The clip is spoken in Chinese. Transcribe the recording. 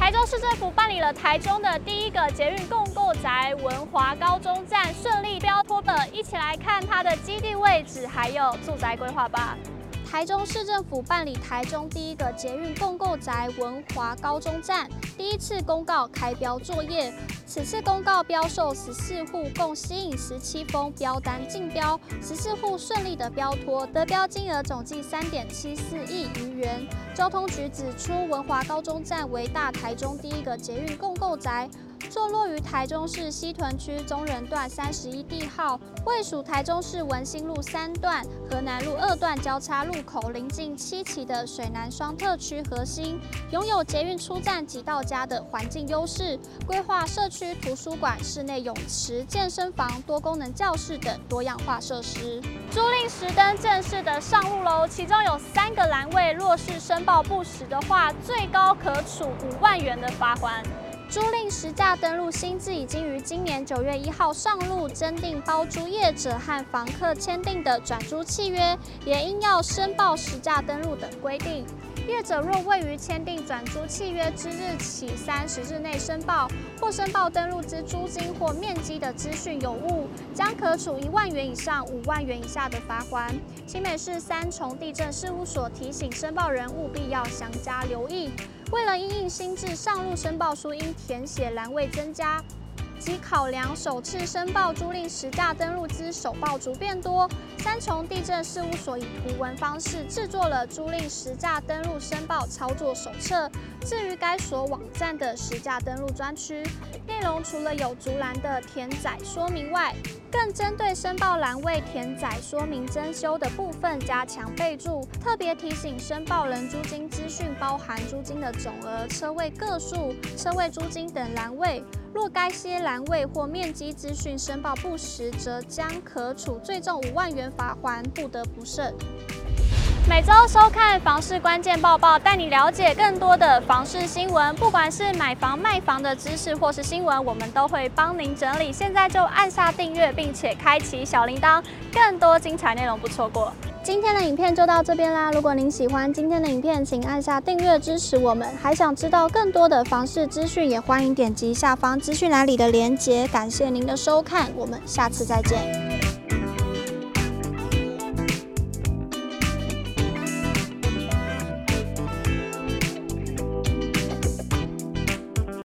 台中市政府办理了台中的第一个捷运共构宅文华高中站顺利标脱了，一起来看它的基地位置还有住宅规划吧。台中市政府办理台中第一个捷运共构宅文华高中站第一次公告开标作业。此次公告标售14户，共吸引17封标单竞标，14户顺利的标脱，得标金额总计3.74亿余元。交通局指出，文华高中站为大台中第一个捷运共构宅。坐落于台中市西屯区中仁段31地号，位属台中市文心路3段、河南路2段交叉路口，临近7期的水南双特区核心，拥有捷运出站即到家的环境优势，规划社区图书馆、室内泳池、健身房、多功能教室等多样化设施。租赁实登正式的上路喽，其中有3个栏位，若是申报不实的话，最高可处5万元的罚锾。租赁实价登录新制已经于今年9月1号上路，增订包租业者和房客签订的转租契约，也应要申报实价登录等规定。业者若未于签订转租契约之日起30日内申报，或申报登录之租金或面积的资讯有误，将可处1万元以上5万元以下的罚锾。新北市3重地政事务所提醒申报人务必要详加留意。为了因应新制上路申报书应填写栏位增加，及考量首次申报租赁实价登录之首报族变多，3重地政事务所以图文方式制作了租赁实价登录申报操作手册，置于该所网站的实价登录专区。内容除了有竹栏的填载说明外，更针对申报栏位填载说明增修的部分加强备注，特别提醒申报人租金资讯包含租金的总额、车位个数、车位租金等栏位。若该些栏位或面积资讯申报不实，则将可处最重5万元罚锾，不得不慎。每周收看房市关键报报，带你了解更多的房市新闻，不管是买房卖房的知识或是新闻，我们都会帮您整理。现在就按下订阅，并且开启小铃铛，更多精彩内容不错过。今天的影片就到这边啦！如果您喜欢今天的影片，请按下订阅支持我们。还想知道更多的房市资讯，也欢迎点击下方资讯栏里的连结。感谢您的收看，我们下次再见。